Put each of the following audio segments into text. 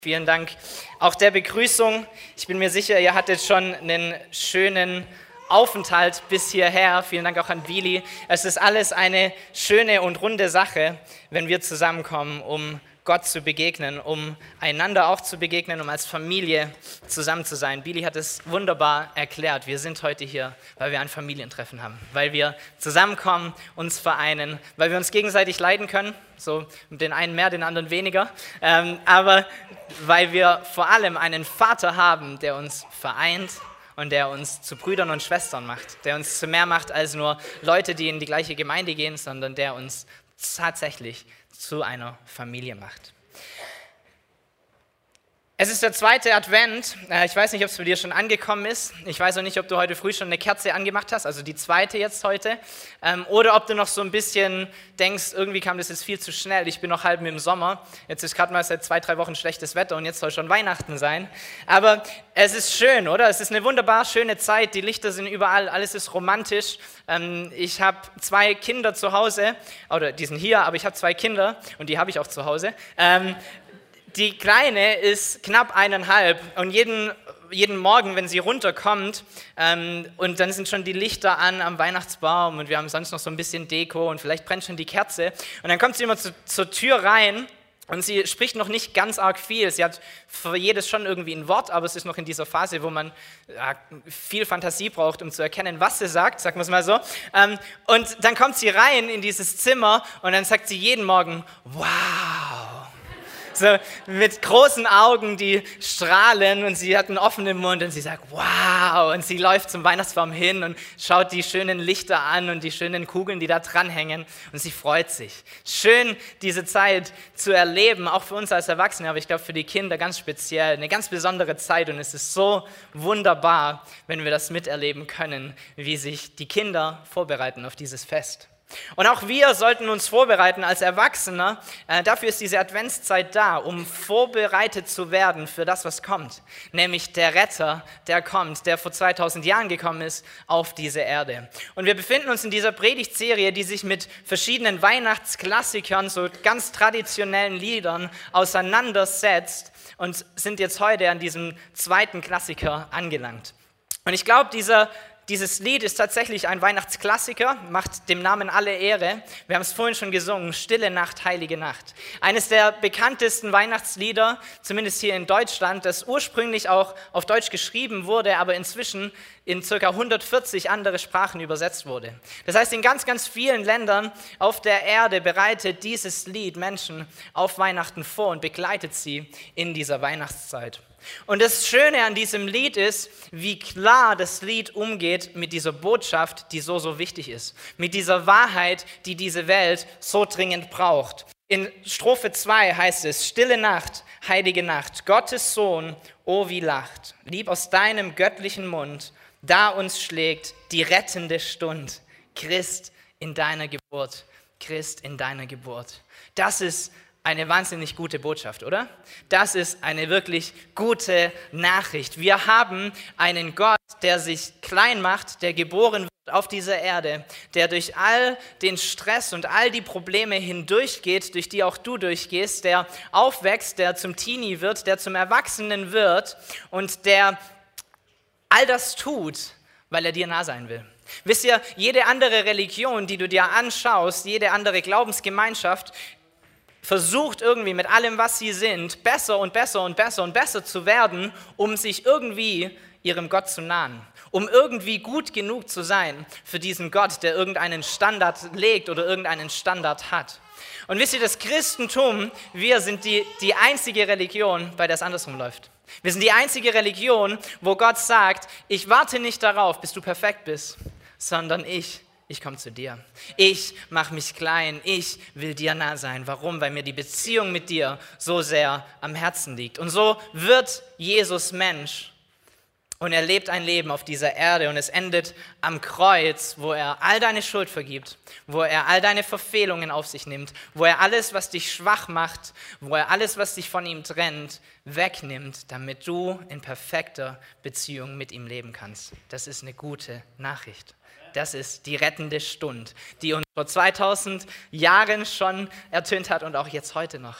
Vielen Dank auch der Begrüßung. Ich bin mir sicher, ihr hattet schon einen schönen Aufenthalt bis hierher. Vielen Dank auch an Willi. Es ist alles eine schöne und runde Sache, wenn wir zusammenkommen, um Gott zu begegnen, um einander auch zu begegnen, um als Familie zusammen zu sein. Billy hat es wunderbar erklärt. Wir sind heute hier, weil wir ein Familientreffen haben, weil wir zusammenkommen, uns vereinen, weil wir uns gegenseitig leiden können, so den einen mehr, den anderen weniger, aber weil wir vor allem einen Vater haben, der uns vereint und der uns zu Brüdern und Schwestern macht, der uns zu mehr macht als nur Leute, die in die gleiche Gemeinde gehen, sondern der uns tatsächlich zu einer Familie macht. Es ist der zweite Advent. Ich weiß nicht, ob es bei dir schon angekommen ist. Ich weiß auch nicht, ob du heute früh schon eine Kerze angemacht hast, also die zweite jetzt heute. Oder ob du noch so ein bisschen denkst, irgendwie kam das jetzt viel zu schnell. Ich bin noch halb im Sommer. Jetzt ist gerade mal seit 2-3 Wochen schlechtes Wetter und jetzt soll schon Weihnachten sein. Aber es ist schön, oder? Es ist eine wunderbar schöne Zeit. Die Lichter sind überall, alles ist romantisch. Ich habe 2 Kinder zu Hause, oder die sind hier, aber ich habe 2 Kinder und die habe ich auch zu Hause. Die Kleine ist knapp 1,5 und jeden Morgen, wenn sie runterkommt, und dann sind schon die Lichter an am Weihnachtsbaum und wir haben sonst noch so ein bisschen Deko und vielleicht brennt schon die Kerze. Und dann kommt sie immer zur Tür rein und sie spricht noch nicht ganz arg viel. Sie hat für jedes schon irgendwie ein Wort, aber es ist noch in dieser Phase, wo man viel Fantasie braucht, um zu erkennen, was sie sagt, sagen wir es mal so. Und dann kommt sie rein in dieses Zimmer und dann sagt sie jeden Morgen, wow. So mit großen Augen, die strahlen und sie hat einen offenen Mund und sie sagt, wow, und sie läuft zum Weihnachtsbaum hin und schaut die schönen Lichter an und die schönen Kugeln, die da dranhängen und sie freut sich. Schön, diese Zeit zu erleben, auch für uns als Erwachsene, aber ich glaube für die Kinder ganz speziell, eine ganz besondere Zeit und es ist so wunderbar, wenn wir das miterleben können, wie sich die Kinder vorbereiten auf dieses Fest. Und auch wir sollten uns vorbereiten als Erwachsene. Dafür ist diese Adventszeit da, um vorbereitet zu werden für das, was kommt. Nämlich der Retter, der kommt, der vor 2000 Jahren gekommen ist auf diese Erde. Und wir befinden uns in dieser Predigtserie, die sich mit verschiedenen Weihnachtsklassikern, so ganz traditionellen Liedern auseinandersetzt und sind jetzt heute an diesem zweiten Klassiker angelangt. Und ich glaube, dieses Lied ist tatsächlich ein Weihnachtsklassiker, macht dem Namen alle Ehre. Wir haben es vorhin schon gesungen, Stille Nacht, heilige Nacht. Eines der bekanntesten Weihnachtslieder, zumindest hier in Deutschland, das ursprünglich auch auf Deutsch geschrieben wurde, aber inzwischen in ca. 140 andere Sprachen übersetzt wurde. Das heißt, in ganz, ganz vielen Ländern auf der Erde bereitet dieses Lied Menschen auf Weihnachten vor und begleitet sie in dieser Weihnachtszeit. Und das Schöne an diesem Lied ist, wie klar das Lied umgeht mit dieser Botschaft, die so, so wichtig ist. Mit dieser Wahrheit, die diese Welt so dringend braucht. In Strophe 2 heißt es, Stille Nacht, heilige Nacht, Gottes Sohn, oh wie lacht. Lieb aus deinem göttlichen Mund, da uns schlägt die rettende Stund. Christ in deiner Geburt, Christ in deiner Geburt. Das ist eine wahnsinnig gute Botschaft, oder? Das ist eine wirklich gute Nachricht. Wir haben einen Gott, der sich klein macht, der geboren wird auf dieser Erde, der durch all den Stress und all die Probleme hindurchgeht, durch die auch du durchgehst, der aufwächst, der zum Teenie wird, der zum Erwachsenen wird und der all das tut, weil er dir nah sein will. Wisst ihr, jede andere Religion, die du dir anschaust, jede andere Glaubensgemeinschaft, versucht irgendwie mit allem, was sie sind, besser und besser und besser und besser zu werden, um sich irgendwie ihrem Gott zu nahen, um irgendwie gut genug zu sein für diesen Gott, der irgendeinen Standard legt oder irgendeinen Standard hat. Und wisst ihr, das Christentum, wir sind die einzige Religion, bei der es andersrum läuft. Wir sind die einzige Religion, wo Gott sagt, ich warte nicht darauf, bis du perfekt bist, sondern ich komme zu dir. Ich mache mich klein, ich will dir nah sein. Warum? Weil mir die Beziehung mit dir so sehr am Herzen liegt. Und so wird Jesus Mensch und er lebt ein Leben auf dieser Erde und es endet am Kreuz, wo er all deine Schuld vergibt, wo er all deine Verfehlungen auf sich nimmt, wo er alles, was dich schwach macht, wo er alles, was dich von ihm trennt, wegnimmt, damit du in perfekter Beziehung mit ihm leben kannst. Das ist eine gute Nachricht. Das ist die rettende Stund, die uns vor 2000 Jahren schon ertönt hat und auch jetzt heute noch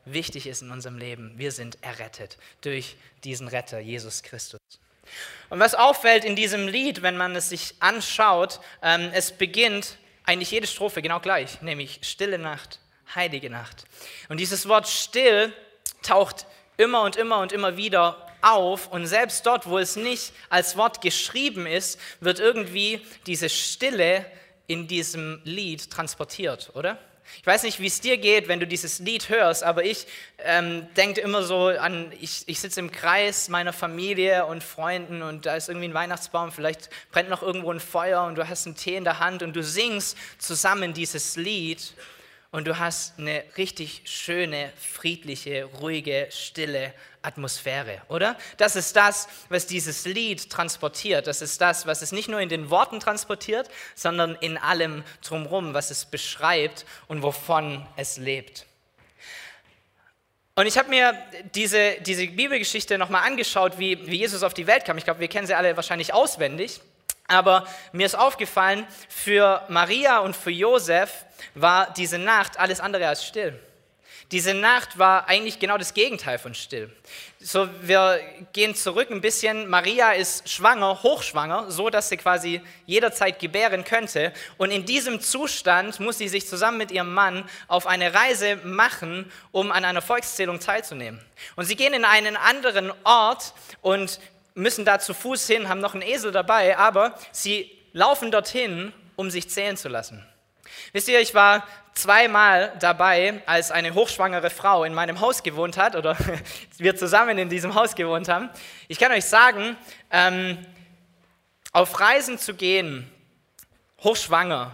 wichtig ist in unserem Leben. Wir sind errettet durch diesen Retter, Jesus Christus. Und was auffällt in diesem Lied, wenn man es sich anschaut, es beginnt eigentlich jede Strophe genau gleich, nämlich stille Nacht, heilige Nacht. Und dieses Wort still taucht immer und immer und immer wieder auf und selbst dort, wo es nicht als Wort geschrieben ist, wird irgendwie diese Stille in diesem Lied transportiert, oder? Ich weiß nicht, wie es dir geht, wenn du dieses Lied hörst, aber ich denke immer so an, ich sitze im Kreis meiner Familie und Freunden und da ist irgendwie ein Weihnachtsbaum, vielleicht brennt noch irgendwo ein Feuer und du hast einen Tee in der Hand und du singst zusammen dieses Lied und du hast eine richtig schöne, friedliche, ruhige, stille Atmosphäre, oder? Das ist das, was dieses Lied transportiert. Das ist das, was es nicht nur in den Worten transportiert, sondern in allem drumherum, was es beschreibt und wovon es lebt. Und ich habe mir diese Bibelgeschichte nochmal angeschaut, wie Jesus auf die Welt kam. Ich glaube, wir kennen sie alle wahrscheinlich auswendig. Aber mir ist aufgefallen, für Maria und für Josef war diese Nacht alles andere als still. Diese Nacht war eigentlich genau das Gegenteil von still. So, wir gehen zurück ein bisschen. Maria ist schwanger, hochschwanger, so dass sie quasi jederzeit gebären könnte. Und in diesem Zustand muss sie sich zusammen mit ihrem Mann auf eine Reise machen, um an einer Volkszählung teilzunehmen. Und sie gehen in einen anderen Ort und müssen da zu Fuß hin, haben noch einen Esel dabei, aber sie laufen dorthin, um sich zählen zu lassen. Wisst ihr, ich war zweimal dabei, als eine hochschwangere Frau in meinem Haus gewohnt hat, oder wir zusammen in diesem Haus gewohnt haben. Ich kann euch sagen, auf Reisen zu gehen, hochschwanger,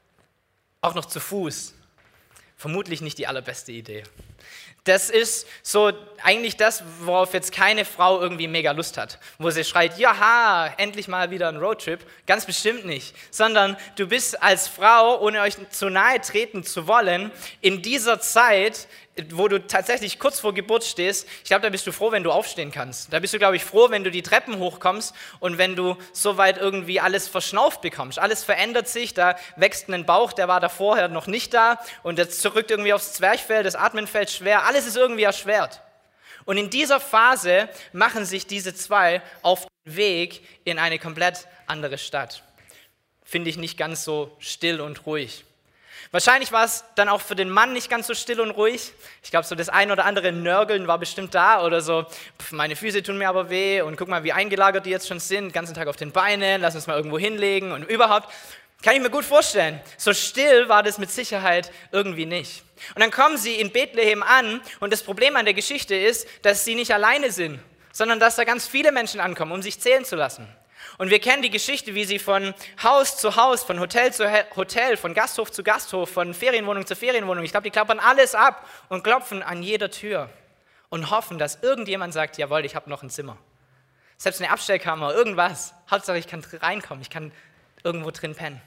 auch noch zu Fuß, vermutlich nicht die allerbeste Idee. Das ist so eigentlich das, worauf jetzt keine Frau irgendwie mega Lust hat. Wo sie schreit, jaha, endlich mal wieder ein Roadtrip. Ganz bestimmt nicht. Sondern du bist als Frau, ohne euch zu nahe treten zu wollen, in dieser Zeit, wo du tatsächlich kurz vor Geburt stehst, ich glaube, da bist du froh, wenn du aufstehen kannst. Da bist du, glaube ich, froh, wenn du die Treppen hochkommst und wenn du soweit irgendwie alles verschnauft bekommst. Alles verändert sich, da wächst ein Bauch, der war da vorher noch nicht da und jetzt zurückt irgendwie aufs Zwerchfell, das Atmen fällt schwer, alles ist irgendwie erschwert. Und in dieser Phase machen sich diese zwei auf den Weg in eine komplett andere Stadt. Finde ich nicht ganz so still und ruhig. Wahrscheinlich war es dann auch für den Mann nicht ganz so still und ruhig. Ich glaube, so das ein oder andere Nörgeln war bestimmt da oder so, meine Füße tun mir aber weh und guck mal, wie eingelagert die jetzt schon sind, den ganzen Tag auf den Beinen, lass uns mal irgendwo hinlegen und überhaupt. Kann ich mir gut vorstellen. So still war das mit Sicherheit irgendwie nicht. Und dann kommen sie in Bethlehem an und das Problem an der Geschichte ist, dass sie nicht alleine sind, sondern dass da ganz viele Menschen ankommen, um sich zählen zu lassen. Und wir kennen die Geschichte, wie sie von Haus zu Haus, von Hotel zu Hotel, von Gasthof zu Gasthof, von Ferienwohnung zu Ferienwohnung, ich glaube, die klappern alles ab und klopfen an jeder Tür und hoffen, dass irgendjemand sagt, jawohl, ich habe noch ein Zimmer. Selbst eine Abstellkammer, irgendwas. Hauptsache, ich kann reinkommen, ich kann irgendwo drin pennen.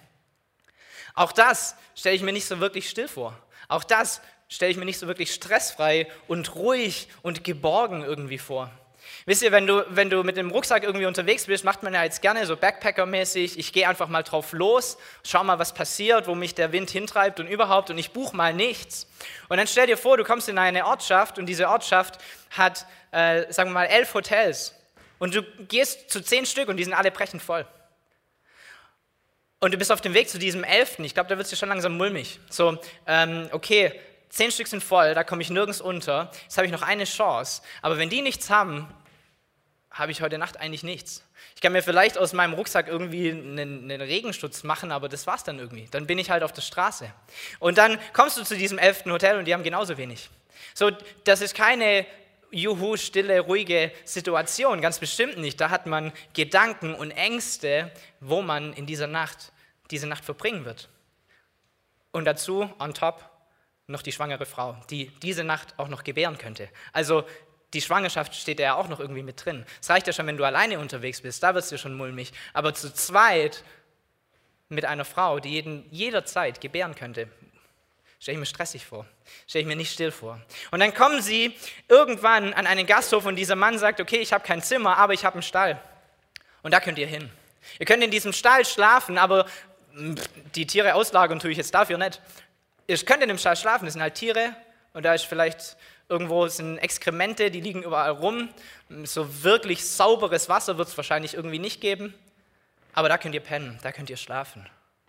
Auch das stelle ich mir nicht so wirklich still vor. Auch das stelle ich mir nicht so wirklich stressfrei und ruhig und geborgen irgendwie vor. Wisst ihr, wenn du mit dem Rucksack irgendwie unterwegs bist, macht man ja jetzt gerne so Backpacker-mäßig, ich gehe einfach mal drauf los, schau mal, was passiert, wo mich der Wind hintreibt und überhaupt und ich buche mal nichts. Und dann stell dir vor, du kommst in eine Ortschaft und diese Ortschaft hat, sagen wir mal, 11 Hotels und du gehst zu 10 Stück und die sind alle brechend voll. Und du bist auf dem Weg zu diesem 11. Ich glaube, da wird es dir schon langsam mulmig. So, okay, 10 Stück sind voll, da komme ich nirgends unter, jetzt habe ich noch eine Chance, aber wenn die nichts haben, habe ich heute Nacht eigentlich nichts. Ich kann mir vielleicht aus meinem Rucksack irgendwie einen Regenschutz machen, aber das war's dann irgendwie. Dann bin ich halt auf der Straße. Und dann kommst du zu diesem 11. Hotel und die haben genauso wenig. So, das ist keine stille, ruhige Situation, ganz bestimmt nicht. Da hat man Gedanken und Ängste, wo man in diese Nacht verbringen wird. Und dazu, on top, noch die schwangere Frau, die diese Nacht auch noch gebären könnte. Also die Schwangerschaft steht ja auch noch irgendwie mit drin. Es reicht ja schon, wenn du alleine unterwegs bist, da wird es dir schon mulmig. Aber zu zweit mit einer Frau, die jederzeit gebären könnte, stelle ich mir stressig vor, stelle ich mir nicht still vor. Und dann kommen sie irgendwann an einen Gasthof und dieser Mann sagt, okay, ich habe kein Zimmer, aber ich habe einen Stall. Und da könnt ihr hin. Ihr könnt in diesem Stall schlafen, aber die Tiere auslagern tue ich jetzt dafür nicht. Ihr könnt in dem Stall schlafen, das sind halt Tiere und da ist vielleicht Irgendwo sind Exkremente, die liegen überall rum. So wirklich sauberes Wasser wird es wahrscheinlich irgendwie nicht geben. Aber da könnt ihr pennen, da könnt ihr schlafen.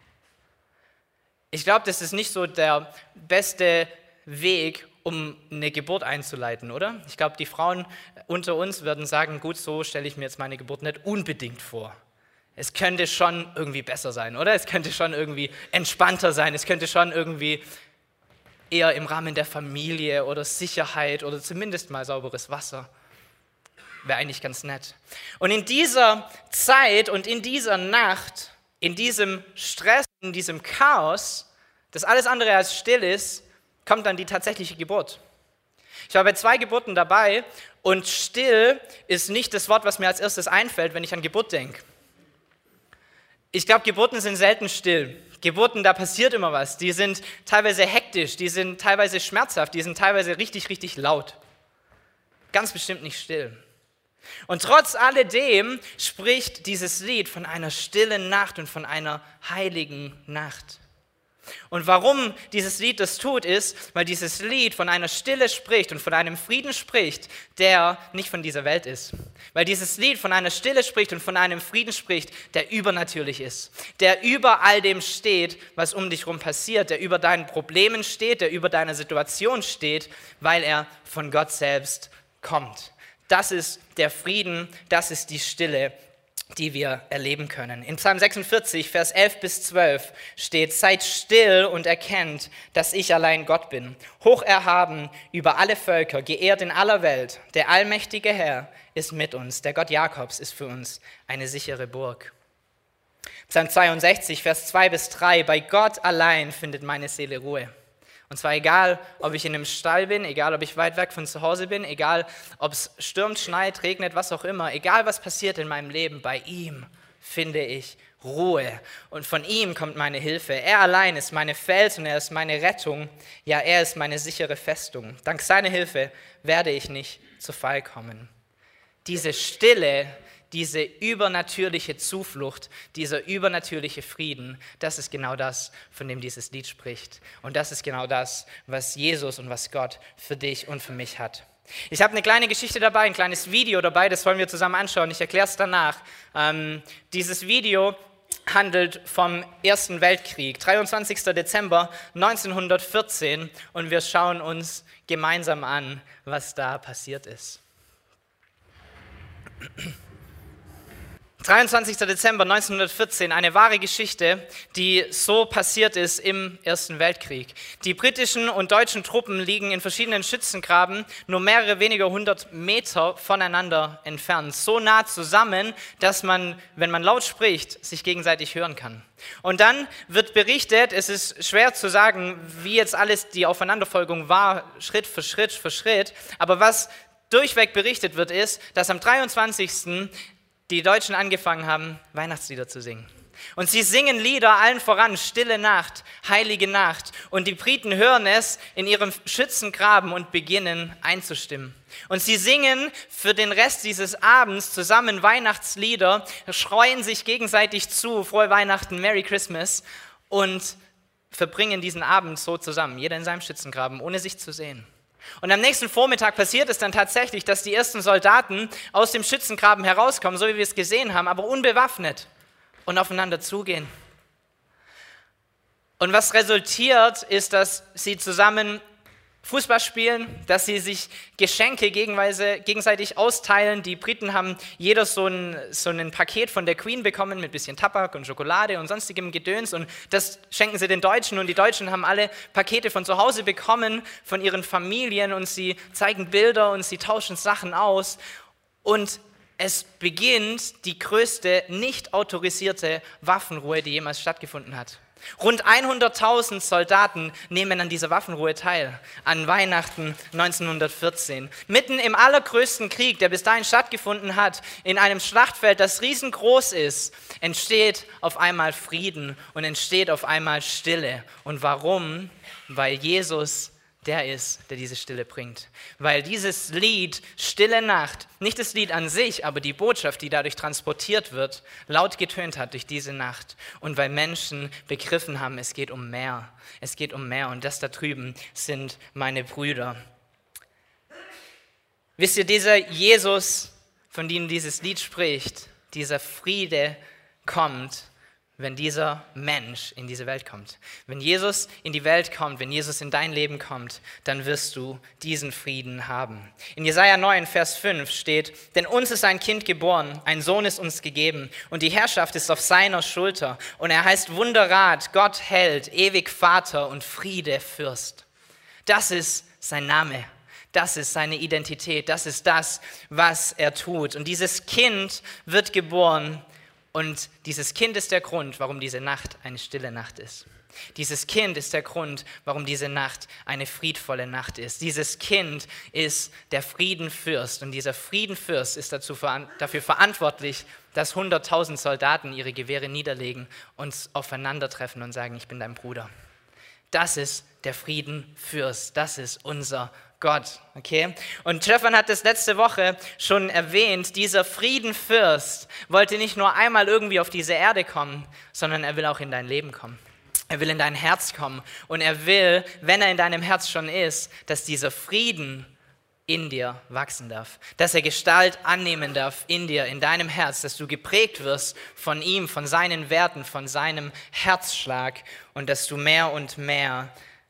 Ich glaube, das ist nicht so der beste Weg, um eine Geburt einzuleiten, oder? Ich glaube, die Frauen unter uns würden sagen, gut, so stelle ich mir jetzt meine Geburt nicht unbedingt vor. Es könnte schon irgendwie besser sein, oder? Es könnte schon irgendwie entspannter sein, es könnte schon irgendwie eher im Rahmen der Familie oder Sicherheit oder zumindest mal sauberes Wasser. Wäre eigentlich ganz nett. Und in dieser Zeit und in dieser Nacht, in diesem Stress, in diesem Chaos, das alles andere als still ist, kommt dann die tatsächliche Geburt. Ich war bei 2 Geburten dabei und still ist nicht das Wort, was mir als erstes einfällt, wenn ich an Geburt denke. Ich glaube, Geburten sind selten still. Geburten, da passiert immer was. Die sind teilweise hektisch, die sind teilweise schmerzhaft, die sind teilweise richtig, richtig laut. Ganz bestimmt nicht still. Und trotz alledem spricht dieses Lied von einer stillen Nacht und von einer heiligen Nacht. Und warum dieses Lied das tut, ist, weil dieses Lied von einer Stille spricht und von einem Frieden spricht, der nicht von dieser Welt ist. Weil dieses Lied von einer Stille spricht und von einem Frieden spricht, der übernatürlich ist, der über all dem steht, was um dich herum passiert, der über deinen Problemen steht, der über deiner Situation steht, weil er von Gott selbst kommt. Das ist der Frieden, das ist die Stille, die wir erleben können. In Psalm 46, Vers 11 bis 12 steht: Seid still und erkennt, dass ich allein Gott bin. Hoch erhaben über alle Völker, geehrt in aller Welt. Der allmächtige Herr ist mit uns. Der Gott Jakobs ist für uns eine sichere Burg. Psalm 62, Vers 2 bis 3: Bei Gott allein findet meine Seele Ruhe. Und zwar egal, ob ich in einem Stall bin, egal, ob ich weit weg von zu Hause bin, egal, ob es stürmt, schneit, regnet, was auch immer, egal, was passiert in meinem Leben, bei ihm finde ich Ruhe. Und von ihm kommt meine Hilfe. Er allein ist meine Fels und er ist meine Rettung. Ja, er ist meine sichere Festung. Dank seiner Hilfe werde ich nicht zu Fall kommen. Diese Stille, diese übernatürliche Zuflucht, dieser übernatürliche Frieden, das ist genau das, von dem dieses Lied spricht. Und das ist genau das, was Jesus und was Gott für dich und für mich hat. Ich habe eine kleine Geschichte dabei, ein kleines Video dabei, das wollen wir zusammen anschauen. Ich erkläre es danach. Dieses Video handelt vom Ersten Weltkrieg, 23. Dezember 1914, und wir schauen uns gemeinsam an, was da passiert ist. 23. Dezember 1914, eine wahre Geschichte, die so passiert ist im Ersten Weltkrieg. Die britischen und deutschen Truppen liegen in verschiedenen Schützengraben nur mehrere wenige 100 Meter voneinander entfernt. So nah zusammen, dass man, wenn man laut spricht, sich gegenseitig hören kann. Und dann wird berichtet, es ist schwer zu sagen, wie jetzt alles die Aufeinanderfolgung war, Schritt für Schritt, aber was durchweg berichtet wird, ist, dass am 23. die Deutschen angefangen haben, Weihnachtslieder zu singen. Und sie singen Lieder allen voran, Stille Nacht, Heilige Nacht. Und die Briten hören es in ihrem Schützengraben und beginnen einzustimmen. Und sie singen für den Rest dieses Abends zusammen Weihnachtslieder, schreien sich gegenseitig zu, frohe Weihnachten, Merry Christmas, und verbringen diesen Abend so zusammen, jeder in seinem Schützengraben, ohne sich zu sehen. Und am nächsten Vormittag passiert es dann tatsächlich, dass die ersten Soldaten aus dem Schützengraben herauskommen, so wie wir es gesehen haben, aber unbewaffnet und aufeinander zugehen. Und was resultiert, ist, dass sie zusammen Fußball spielen, dass sie sich Geschenke gegenseitig austeilen. Die Briten haben jeder so ein Paket von der Queen bekommen mit ein bisschen Tabak und Schokolade und sonstigem Gedöns, und das schenken sie den Deutschen, und die Deutschen haben alle Pakete von zu Hause bekommen, von ihren Familien, und sie zeigen Bilder und sie tauschen Sachen aus, und es beginnt die größte nicht autorisierte Waffenruhe, die jemals stattgefunden hat. Rund 100.000 Soldaten nehmen an dieser Waffenruhe teil, an Weihnachten 1914. Mitten im allergrößten Krieg, der bis dahin stattgefunden hat, in einem Schlachtfeld, das riesengroß ist, entsteht auf einmal Frieden und entsteht auf einmal Stille. Und warum? Weil Jesus der ist, der diese Stille bringt. Weil dieses Lied, Stille Nacht, nicht das Lied an sich, aber die Botschaft, die dadurch transportiert wird, laut getönt hat durch diese Nacht. Und weil Menschen begriffen haben, es geht um mehr. Es geht um mehr, und das da drüben sind meine Brüder. Wisst ihr, dieser Jesus, von dem dieses Lied spricht, dieser Friede kommt, wenn dieser Mensch in diese Welt kommt. Wenn Jesus in die Welt kommt, wenn Jesus in dein Leben kommt, dann wirst du diesen Frieden haben. In Jesaja 9, Vers 5 steht, denn uns ist ein Kind geboren, ein Sohn ist uns gegeben und die Herrschaft ist auf seiner Schulter. Und er heißt Wunderrat, Gott Held, ewig Vater und Friede Fürst. Das ist sein Name. Das ist seine Identität. Das ist das, was er tut. Und dieses Kind wird geboren. Und dieses Kind ist der Grund, warum diese Nacht eine stille Nacht ist. Dieses Kind ist der Grund, warum diese Nacht eine friedvolle Nacht ist. Dieses Kind ist der Friedenfürst und dieser Friedenfürst ist dafür verantwortlich, dass 100.000 Soldaten ihre Gewehre niederlegen und aufeinandertreffen und sagen, ich bin dein Bruder. Das ist der Friedenfürst, das ist unser Gott, okay? Und Stefan hat das letzte Woche schon erwähnt, dieser Friedenfürst wollte nicht nur einmal irgendwie auf diese Erde kommen, sondern er will auch in dein Leben kommen. Er will in dein Herz kommen und er will, wenn er in deinem Herz schon ist, dass dieser Frieden in dir wachsen darf, dass er Gestalt annehmen darf in dir, in deinem Herz, dass du geprägt wirst von ihm, von seinen Werten, von seinem Herzschlag und dass du mehr und mehr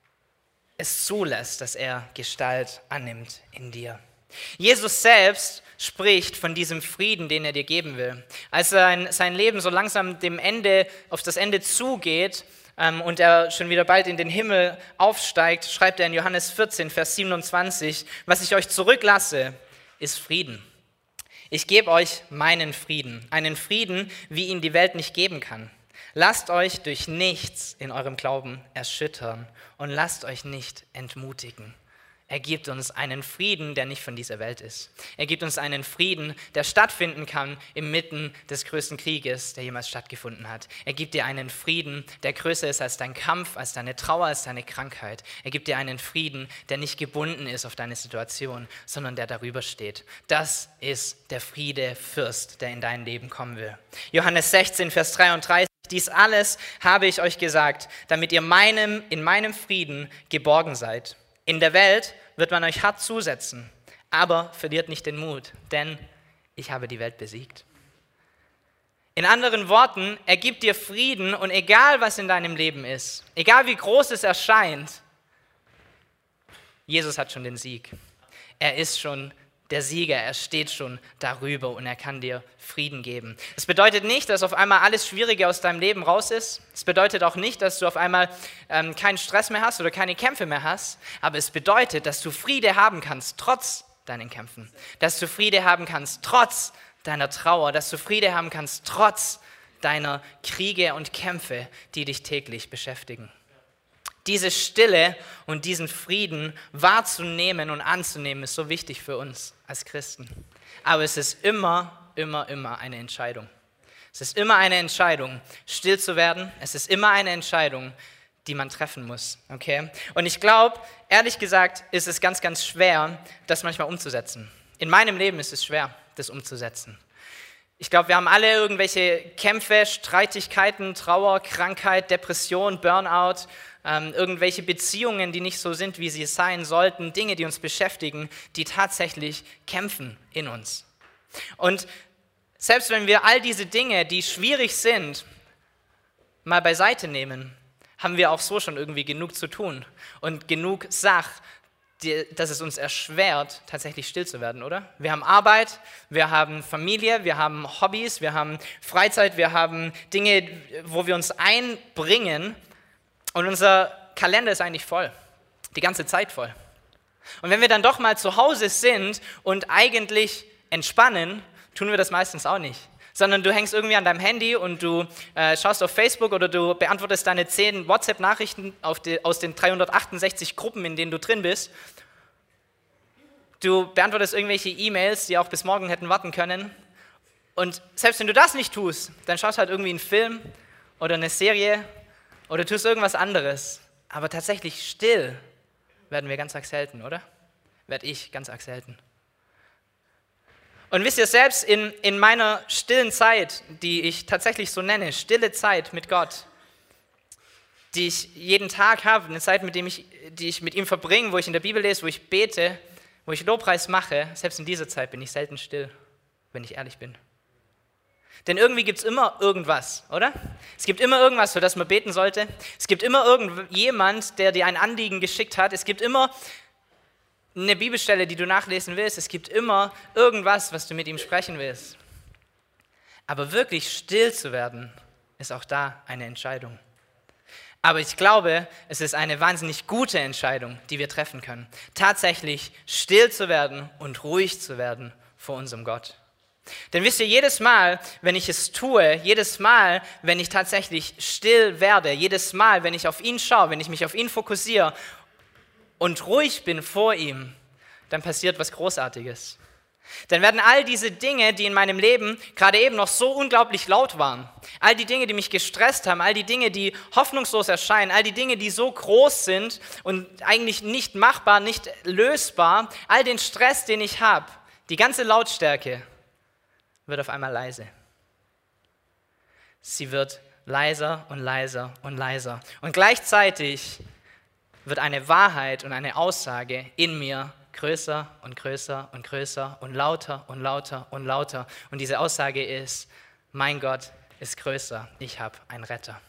es zulässt, dass er Gestalt annimmt in dir. Jesus selbst spricht von diesem Frieden, den er dir geben will. Als sein Leben so langsam auf das Ende zugeht und er schon wieder bald in den Himmel aufsteigt, schreibt er in Johannes 14, Vers 27, was ich euch zurücklasse, ist Frieden. Ich gebe euch meinen Frieden, einen Frieden, wie ihn die Welt nicht geben kann. Lasst euch durch nichts in eurem Glauben erschüttern und lasst euch nicht entmutigen. Er gibt uns einen Frieden, der nicht von dieser Welt ist. Er gibt uns einen Frieden, der stattfinden kann inmitten des größten Krieges, der jemals stattgefunden hat. Er gibt dir einen Frieden, der größer ist als dein Kampf, als deine Trauer, als deine Krankheit. Er gibt dir einen Frieden, der nicht gebunden ist auf deine Situation, sondern der darüber steht. Das ist der Friedefürst, der in dein Leben kommen will. Johannes 16, Vers 33. Dies alles habe ich euch gesagt, damit ihr in meinem Frieden geborgen seid. In der Welt wird man euch hart zusetzen, aber verliert nicht den Mut, denn ich habe die Welt besiegt. In anderen Worten, er gibt dir Frieden und egal was in deinem Leben ist, egal wie groß es erscheint, Jesus hat schon den Sieg. Er ist schon der Sieger, er steht schon darüber und er kann dir Frieden geben. Es bedeutet nicht, dass auf einmal alles Schwierige aus deinem Leben raus ist. Es bedeutet auch nicht, dass du auf einmal keinen Stress mehr hast oder keine Kämpfe mehr hast. Aber es bedeutet, dass du Friede haben kannst, trotz deinen Kämpfen. Dass du Friede haben kannst, trotz deiner Trauer. Dass du Friede haben kannst, trotz deiner Kriege und Kämpfe, die dich täglich beschäftigen. Diese Stille und diesen Frieden wahrzunehmen und anzunehmen, ist so wichtig für uns als Christen. Aber es ist immer eine Entscheidung. Es ist immer eine Entscheidung, still zu werden. Es ist immer eine Entscheidung, die man treffen muss. Okay? Und ich glaube, ehrlich gesagt, ist es ganz, ganz schwer, das manchmal umzusetzen. In meinem Leben ist es schwer, das umzusetzen. Ich glaube, wir haben alle irgendwelche Kämpfe, Streitigkeiten, Trauer, Krankheit, Depression, Burnout, irgendwelche Beziehungen, die nicht so sind, wie sie sein sollten, Dinge, die uns beschäftigen, die tatsächlich kämpfen in uns. Und selbst wenn wir all diese Dinge, die schwierig sind, mal beiseite nehmen, haben wir auch so schon irgendwie genug zu tun und genug dass es uns erschwert, tatsächlich still zu werden, oder? Wir haben Arbeit, wir haben Familie, wir haben Hobbys, wir haben Freizeit, wir haben Dinge, wo wir uns einbringen und unser Kalender ist eigentlich voll, die ganze Zeit voll. Und wenn wir dann doch mal zu Hause sind und eigentlich entspannen, tun wir das meistens auch nicht. Sondern du hängst irgendwie an deinem Handy und du schaust auf Facebook oder du beantwortest deine 10 WhatsApp-Nachrichten aus den 368 Gruppen, in denen du drin bist. Du beantwortest irgendwelche E-Mails, die auch bis morgen hätten warten können. Und selbst wenn du das nicht tust, dann schaust du halt irgendwie einen Film oder eine Serie oder tust irgendwas anderes. Aber tatsächlich still werden wir ganz arg selten, oder? Werde ich ganz arg selten. Und wisst ihr, selbst in meiner stillen Zeit, die ich tatsächlich so nenne, stille Zeit mit Gott, die ich jeden Tag habe, eine Zeit, die ich mit ihm verbringe, wo ich in der Bibel lese, wo ich bete, wo ich Lobpreis mache, selbst in dieser Zeit bin ich selten still, wenn ich ehrlich bin. Denn irgendwie gibt es immer irgendwas, oder? Es gibt immer irgendwas, für das man beten sollte. Es gibt immer irgendjemand, der dir ein Anliegen geschickt hat. Es gibt immer eine Bibelstelle, die du nachlesen willst. Es gibt immer irgendwas, was du mit ihm sprechen willst. Aber wirklich still zu werden, ist auch da eine Entscheidung. Aber ich glaube, es ist eine wahnsinnig gute Entscheidung, die wir treffen können. Tatsächlich still zu werden und ruhig zu werden vor unserem Gott. Denn wisst ihr, jedes Mal, wenn ich es tue, jedes Mal, wenn ich tatsächlich still werde, jedes Mal, wenn ich auf ihn schaue, wenn ich mich auf ihn fokussiere und ruhig bin vor ihm, dann passiert was Großartiges. Dann werden all diese Dinge, die in meinem Leben gerade eben noch so unglaublich laut waren, all die Dinge, die mich gestresst haben, all die Dinge, die hoffnungslos erscheinen, all die Dinge, die so groß sind und eigentlich nicht machbar, nicht lösbar, all den Stress, den ich habe, die ganze Lautstärke, wird auf einmal leise. Sie wird leiser und leiser und leiser. Und gleichzeitig wird eine Wahrheit und eine Aussage in mir größer und größer und größer und lauter und lauter und lauter. Und diese Aussage ist, mein Gott ist größer, ich habe einen Retter.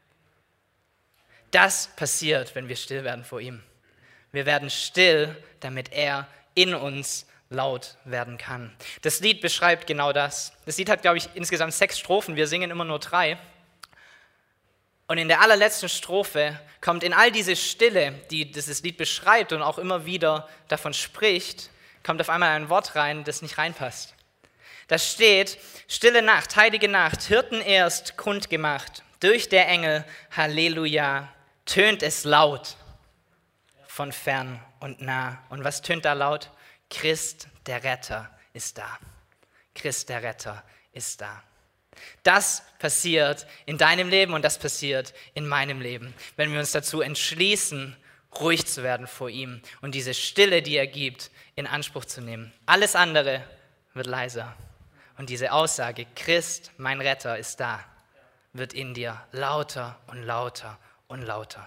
Das passiert, wenn wir still werden vor ihm. Wir werden still, damit er in uns laut werden kann. Das Lied beschreibt genau das. Das Lied hat, glaube ich, insgesamt 6 Strophen. Wir singen immer nur 3. Und in der allerletzten Strophe kommt in all diese Stille, die dieses Lied beschreibt und auch immer wieder davon spricht, kommt auf einmal ein Wort rein, das nicht reinpasst. Da steht, stille Nacht, heilige Nacht, Hirten erst kundgemacht, durch der Engel, Halleluja, tönt es laut von fern und nah. Und was tönt da laut? Christ, der Retter, ist da. Christ, der Retter, ist da. Das passiert in deinem Leben und das passiert in meinem Leben, wenn wir uns dazu entschließen, ruhig zu werden vor ihm und diese Stille, die er gibt, in Anspruch zu nehmen. Alles andere wird leiser. Und diese Aussage, Christ, mein Retter, ist da, wird in dir lauter und lauter und lauter.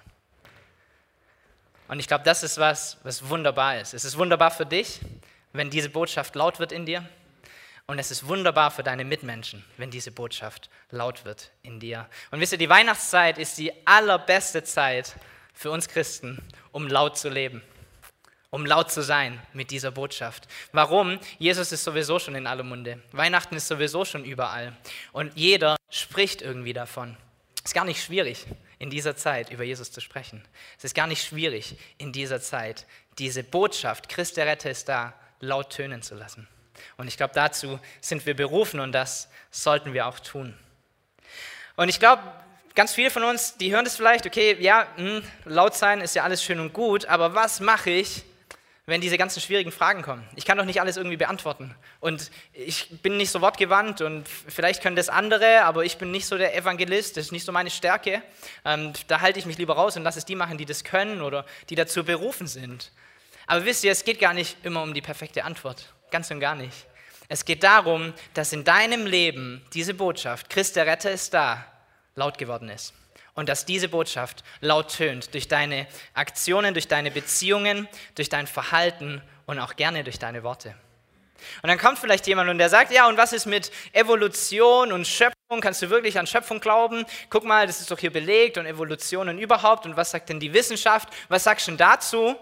Und ich glaube, das ist was wunderbar ist. Es ist wunderbar für dich, wenn diese Botschaft laut wird in dir. Und es ist wunderbar für deine Mitmenschen, wenn diese Botschaft laut wird in dir. Und wisst ihr, die Weihnachtszeit ist die allerbeste Zeit für uns Christen, um laut zu leben, um laut zu sein mit dieser Botschaft. Warum? Jesus ist sowieso schon in aller Munde. Weihnachten ist sowieso schon überall. Und jeder spricht irgendwie davon. Es ist gar nicht schwierig, in dieser Zeit über Jesus zu sprechen. Es ist gar nicht schwierig, in dieser Zeit diese Botschaft, Christ der Retter ist da, laut tönen zu lassen. Und ich glaube, dazu sind wir berufen und das sollten wir auch tun. Und ich glaube, ganz viele von uns, die hören das vielleicht, okay, ja, laut sein ist ja alles schön und gut, aber was mache ich, wenn diese ganzen schwierigen Fragen kommen? Ich kann doch nicht alles irgendwie beantworten. Und ich bin nicht so wortgewandt und vielleicht können das andere, aber ich bin nicht so der Evangelist, das ist nicht so meine Stärke. Da halte ich mich lieber raus und lasse es die machen, die das können oder die dazu berufen sind. Aber wisst ihr, es geht gar nicht immer um die perfekte Antwort. Ganz und gar nicht. Es geht darum, dass in deinem Leben diese Botschaft, Christ der Retter ist da, laut geworden ist. Und dass diese Botschaft laut tönt durch deine Aktionen, durch deine Beziehungen, durch dein Verhalten und auch gerne durch deine Worte. Und dann kommt vielleicht jemand und der sagt, ja, und was ist mit Evolution und Schöpfung? Kannst du wirklich an Schöpfung glauben? Guck mal, das ist doch hier belegt und Evolution und überhaupt. Und was sagt denn die Wissenschaft? Was sagst du denn dazu?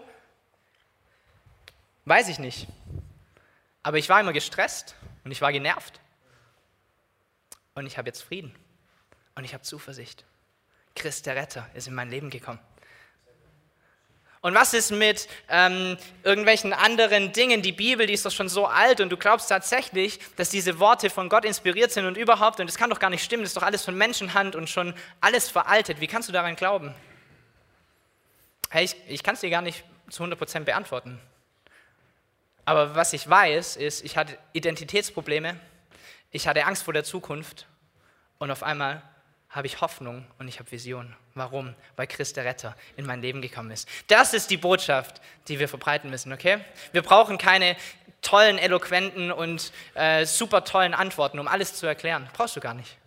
Weiß ich nicht. Aber ich war immer gestresst und ich war genervt. Und ich habe jetzt Frieden. Und ich habe Zuversicht. Christ der Retter ist in mein Leben gekommen. Und was ist mit irgendwelchen anderen Dingen? Die Bibel, die ist doch schon so alt und du glaubst tatsächlich, dass diese Worte von Gott inspiriert sind und überhaupt, und das kann doch gar nicht stimmen, das ist doch alles von Menschenhand und schon alles veraltet. Wie kannst du daran glauben? Hey, ich kann es dir gar nicht zu 100% beantworten. Aber was ich weiß, ist, ich hatte Identitätsprobleme, ich hatte Angst vor der Zukunft und auf einmal habe ich Hoffnung und ich habe Vision. Warum? Weil Christ der Retter in mein Leben gekommen ist. Das ist die Botschaft, die wir verbreiten müssen, okay? Wir brauchen keine tollen, eloquenten und super tollen Antworten, um alles zu erklären. Brauchst du gar nicht.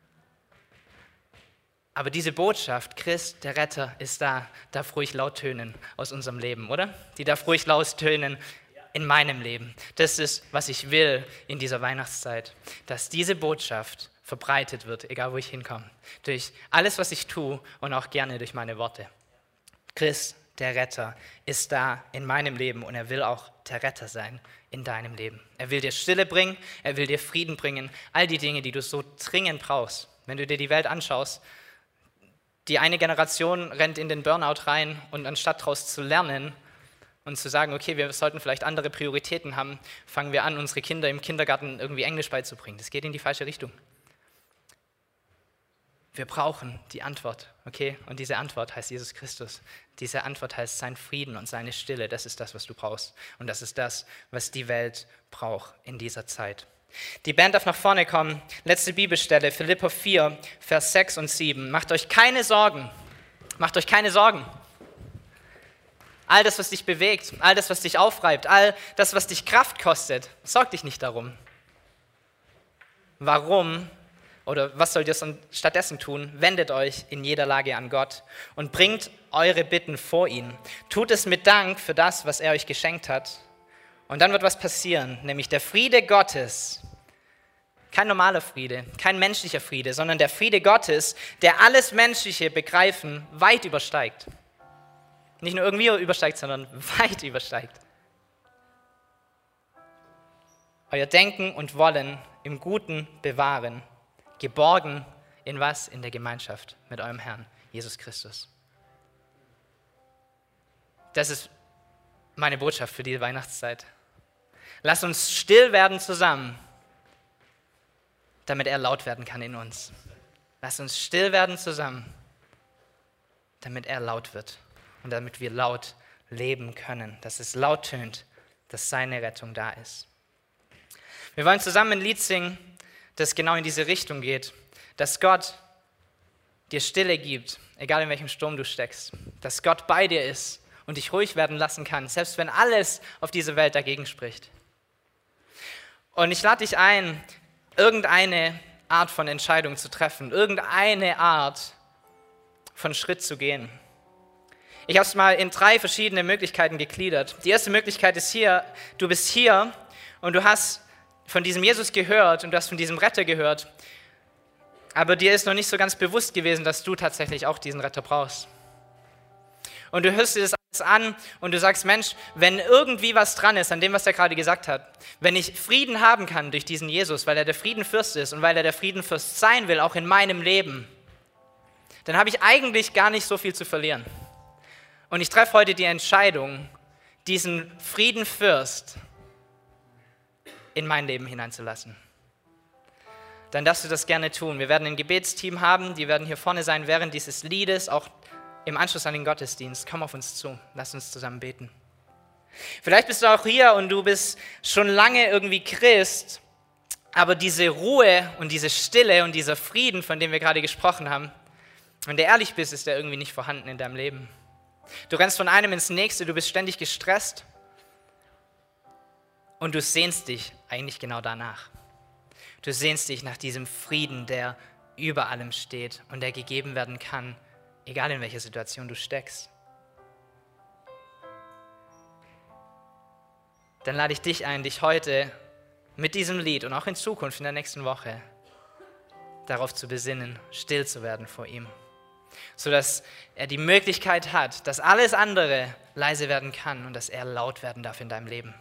Aber diese Botschaft, Christ der Retter ist da, darf ruhig laut tönen aus unserem Leben, oder? Die darf ruhig laut tönen in meinem Leben. Das ist, was ich will in dieser Weihnachtszeit, dass diese Botschaft verbreitet wird, egal wo ich hinkomme, durch alles, was ich tue und auch gerne durch meine Worte. Christ, der Retter, ist da in meinem Leben und er will auch der Retter sein in deinem Leben. Er will dir Stille bringen, er will dir Frieden bringen, all die Dinge, die du so dringend brauchst. Wenn du dir die Welt anschaust, die eine Generation rennt in den Burnout rein und anstatt daraus zu lernen und zu sagen, okay, wir sollten vielleicht andere Prioritäten haben, fangen wir an, unsere Kinder im Kindergarten irgendwie Englisch beizubringen. Das geht in die falsche Richtung. Wir brauchen die Antwort, okay? Und diese Antwort heißt Jesus Christus. Diese Antwort heißt sein Frieden und seine Stille. Das ist das, was du brauchst. Und das ist das, was die Welt braucht in dieser Zeit. Die Band darf nach vorne kommen. Letzte Bibelstelle, Philipper 4, Vers 6 und 7. Macht euch keine Sorgen. Macht euch keine Sorgen. All das, was dich bewegt, all das, was dich aufreibt, all das, was dich Kraft kostet, sorg dich nicht darum. Warum? Oder was sollt ihr stattdessen tun? Wendet euch in jeder Lage an Gott und bringt eure Bitten vor ihn. Tut es mit Dank für das, was er euch geschenkt hat. Und dann wird was passieren, nämlich der Friede Gottes, kein normaler Friede, kein menschlicher Friede, sondern der Friede Gottes, der alles menschliche Begreifen weit übersteigt. Nicht nur irgendwie übersteigt, sondern weit übersteigt. Euer Denken und Wollen im Guten bewahren. Geborgen in was? In der Gemeinschaft mit eurem Herrn, Jesus Christus. Das ist meine Botschaft für die Weihnachtszeit. Lass uns still werden zusammen, damit er laut werden kann in uns. Lass uns still werden zusammen, damit er laut wird und damit wir laut leben können, dass es laut tönt, dass seine Rettung da ist. Wir wollen zusammen ein Lied singen, das genau in diese Richtung geht, dass Gott dir Stille gibt, egal in welchem Sturm du steckst, dass Gott bei dir ist und dich ruhig werden lassen kann, selbst wenn alles auf dieser Welt dagegen spricht. Und ich lade dich ein, irgendeine Art von Entscheidung zu treffen, irgendeine Art von Schritt zu gehen. Ich habe es mal in 3 verschiedene Möglichkeiten gegliedert. Die erste Möglichkeit ist hier, du bist hier und du hast von diesem Jesus gehört und du hast von diesem Retter gehört, aber dir ist noch nicht so ganz bewusst gewesen, dass du tatsächlich auch diesen Retter brauchst. Und du hörst dir das alles an und du sagst, Mensch, wenn irgendwie was dran ist an dem, was er gerade gesagt hat, wenn ich Frieden haben kann durch diesen Jesus, weil er der Friedenfürst ist und weil er der Friedenfürst sein will, auch in meinem Leben, dann habe ich eigentlich gar nicht so viel zu verlieren. Und ich treffe heute die Entscheidung, diesen Friedenfürst in mein Leben hineinzulassen. Dann darfst du das gerne tun. Wir werden ein Gebetsteam haben, die werden hier vorne sein während dieses Liedes, auch im Anschluss an den Gottesdienst. Komm auf uns zu, lass uns zusammen beten. Vielleicht bist du auch hier und du bist schon lange irgendwie Christ, aber diese Ruhe und diese Stille und dieser Frieden, von dem wir gerade gesprochen haben, wenn du ehrlich bist, ist der irgendwie nicht vorhanden in deinem Leben. Du rennst von einem ins nächste, du bist ständig gestresst und du sehnst dich eigentlich genau danach. Du sehnst dich nach diesem Frieden, der über allem steht und der gegeben werden kann, egal in welcher Situation du steckst. Dann lade ich dich ein, dich heute mit diesem Lied und auch in Zukunft, in der nächsten Woche, darauf zu besinnen, still zu werden vor ihm, sodass er die Möglichkeit hat, dass alles andere leise werden kann und dass er laut werden darf in deinem Leben.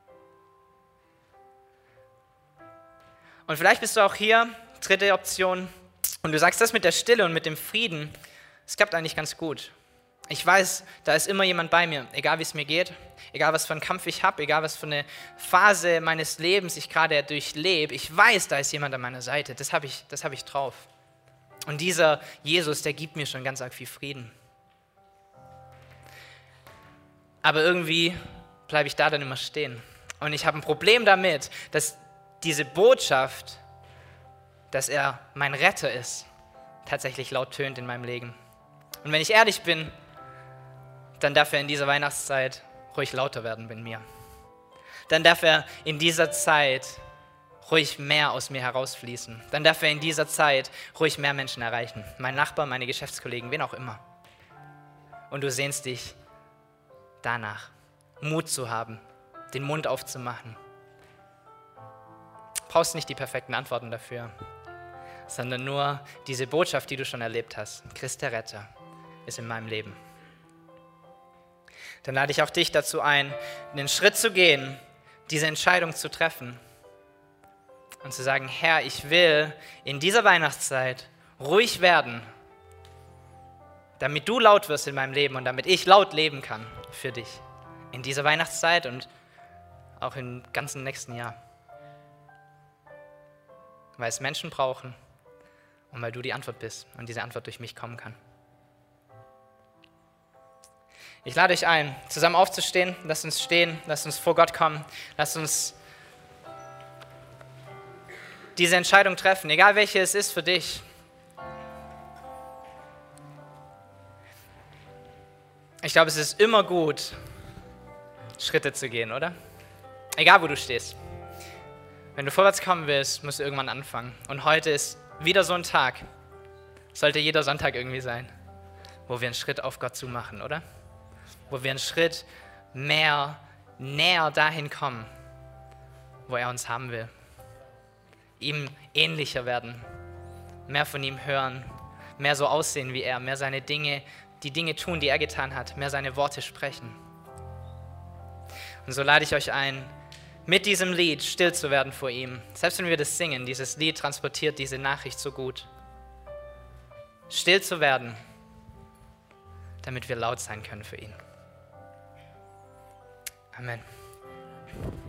Und vielleicht bist du auch hier, dritte Option, und du sagst, das mit der Stille und mit dem Frieden, es klappt eigentlich ganz gut. Ich weiß, da ist immer jemand bei mir, egal wie es mir geht, egal was für einen Kampf ich habe, egal was für eine Phase meines Lebens ich gerade durchlebe. Ich weiß, da ist jemand an meiner Seite, das habe ich drauf. Und dieser Jesus, der gibt mir schon ganz arg viel Frieden. Aber irgendwie bleibe ich da dann immer stehen. Und ich habe ein Problem damit, dass diese Botschaft, dass er mein Retter ist, tatsächlich laut tönt in meinem Leben. Und wenn ich ehrlich bin, dann darf er in dieser Weihnachtszeit ruhig lauter werden bei mir. Dann darf er in dieser Zeit ruhig mehr aus mir herausfließen. Dann darf er in dieser Zeit ruhig mehr Menschen erreichen. Mein Nachbar, meine Geschäftskollegen, wen auch immer. Und du sehnst dich danach, Mut zu haben, den Mund aufzumachen. Du brauchst nicht die perfekten Antworten dafür, sondern nur diese Botschaft, die du schon erlebt hast. Christ der Retter ist in meinem Leben. Dann lade ich auch dich dazu ein, einen Schritt zu gehen, diese Entscheidung zu treffen und zu sagen, Herr, ich will in dieser Weihnachtszeit ruhig werden, damit du laut wirst in meinem Leben und damit ich laut leben kann für dich in dieser Weihnachtszeit und auch im ganzen nächsten Jahr. Weil es Menschen brauchen und weil du die Antwort bist und diese Antwort durch mich kommen kann. Ich lade euch ein, zusammen aufzustehen. Lasst uns stehen, lasst uns vor Gott kommen. Lasst uns diese Entscheidung treffen, egal welche es ist für dich. Ich glaube, es ist immer gut, Schritte zu gehen, oder? Egal, wo du stehst. Wenn du vorwärts kommen willst, musst du irgendwann anfangen. Und heute ist wieder so ein Tag, sollte jeder Sonntag irgendwie sein, wo wir einen Schritt auf Gott zu machen, oder? Wo wir einen Schritt näher dahin kommen, wo er uns haben will. Ihm ähnlicher werden, mehr von ihm hören, mehr so aussehen wie er, mehr seine Dinge, die Dinge tun, die er getan hat, mehr seine Worte sprechen. Und so lade ich euch ein, mit diesem Lied still zu werden vor ihm. Selbst wenn wir das singen, dieses Lied transportiert diese Nachricht so gut. Still zu werden, damit wir laut sein können für ihn. Amen.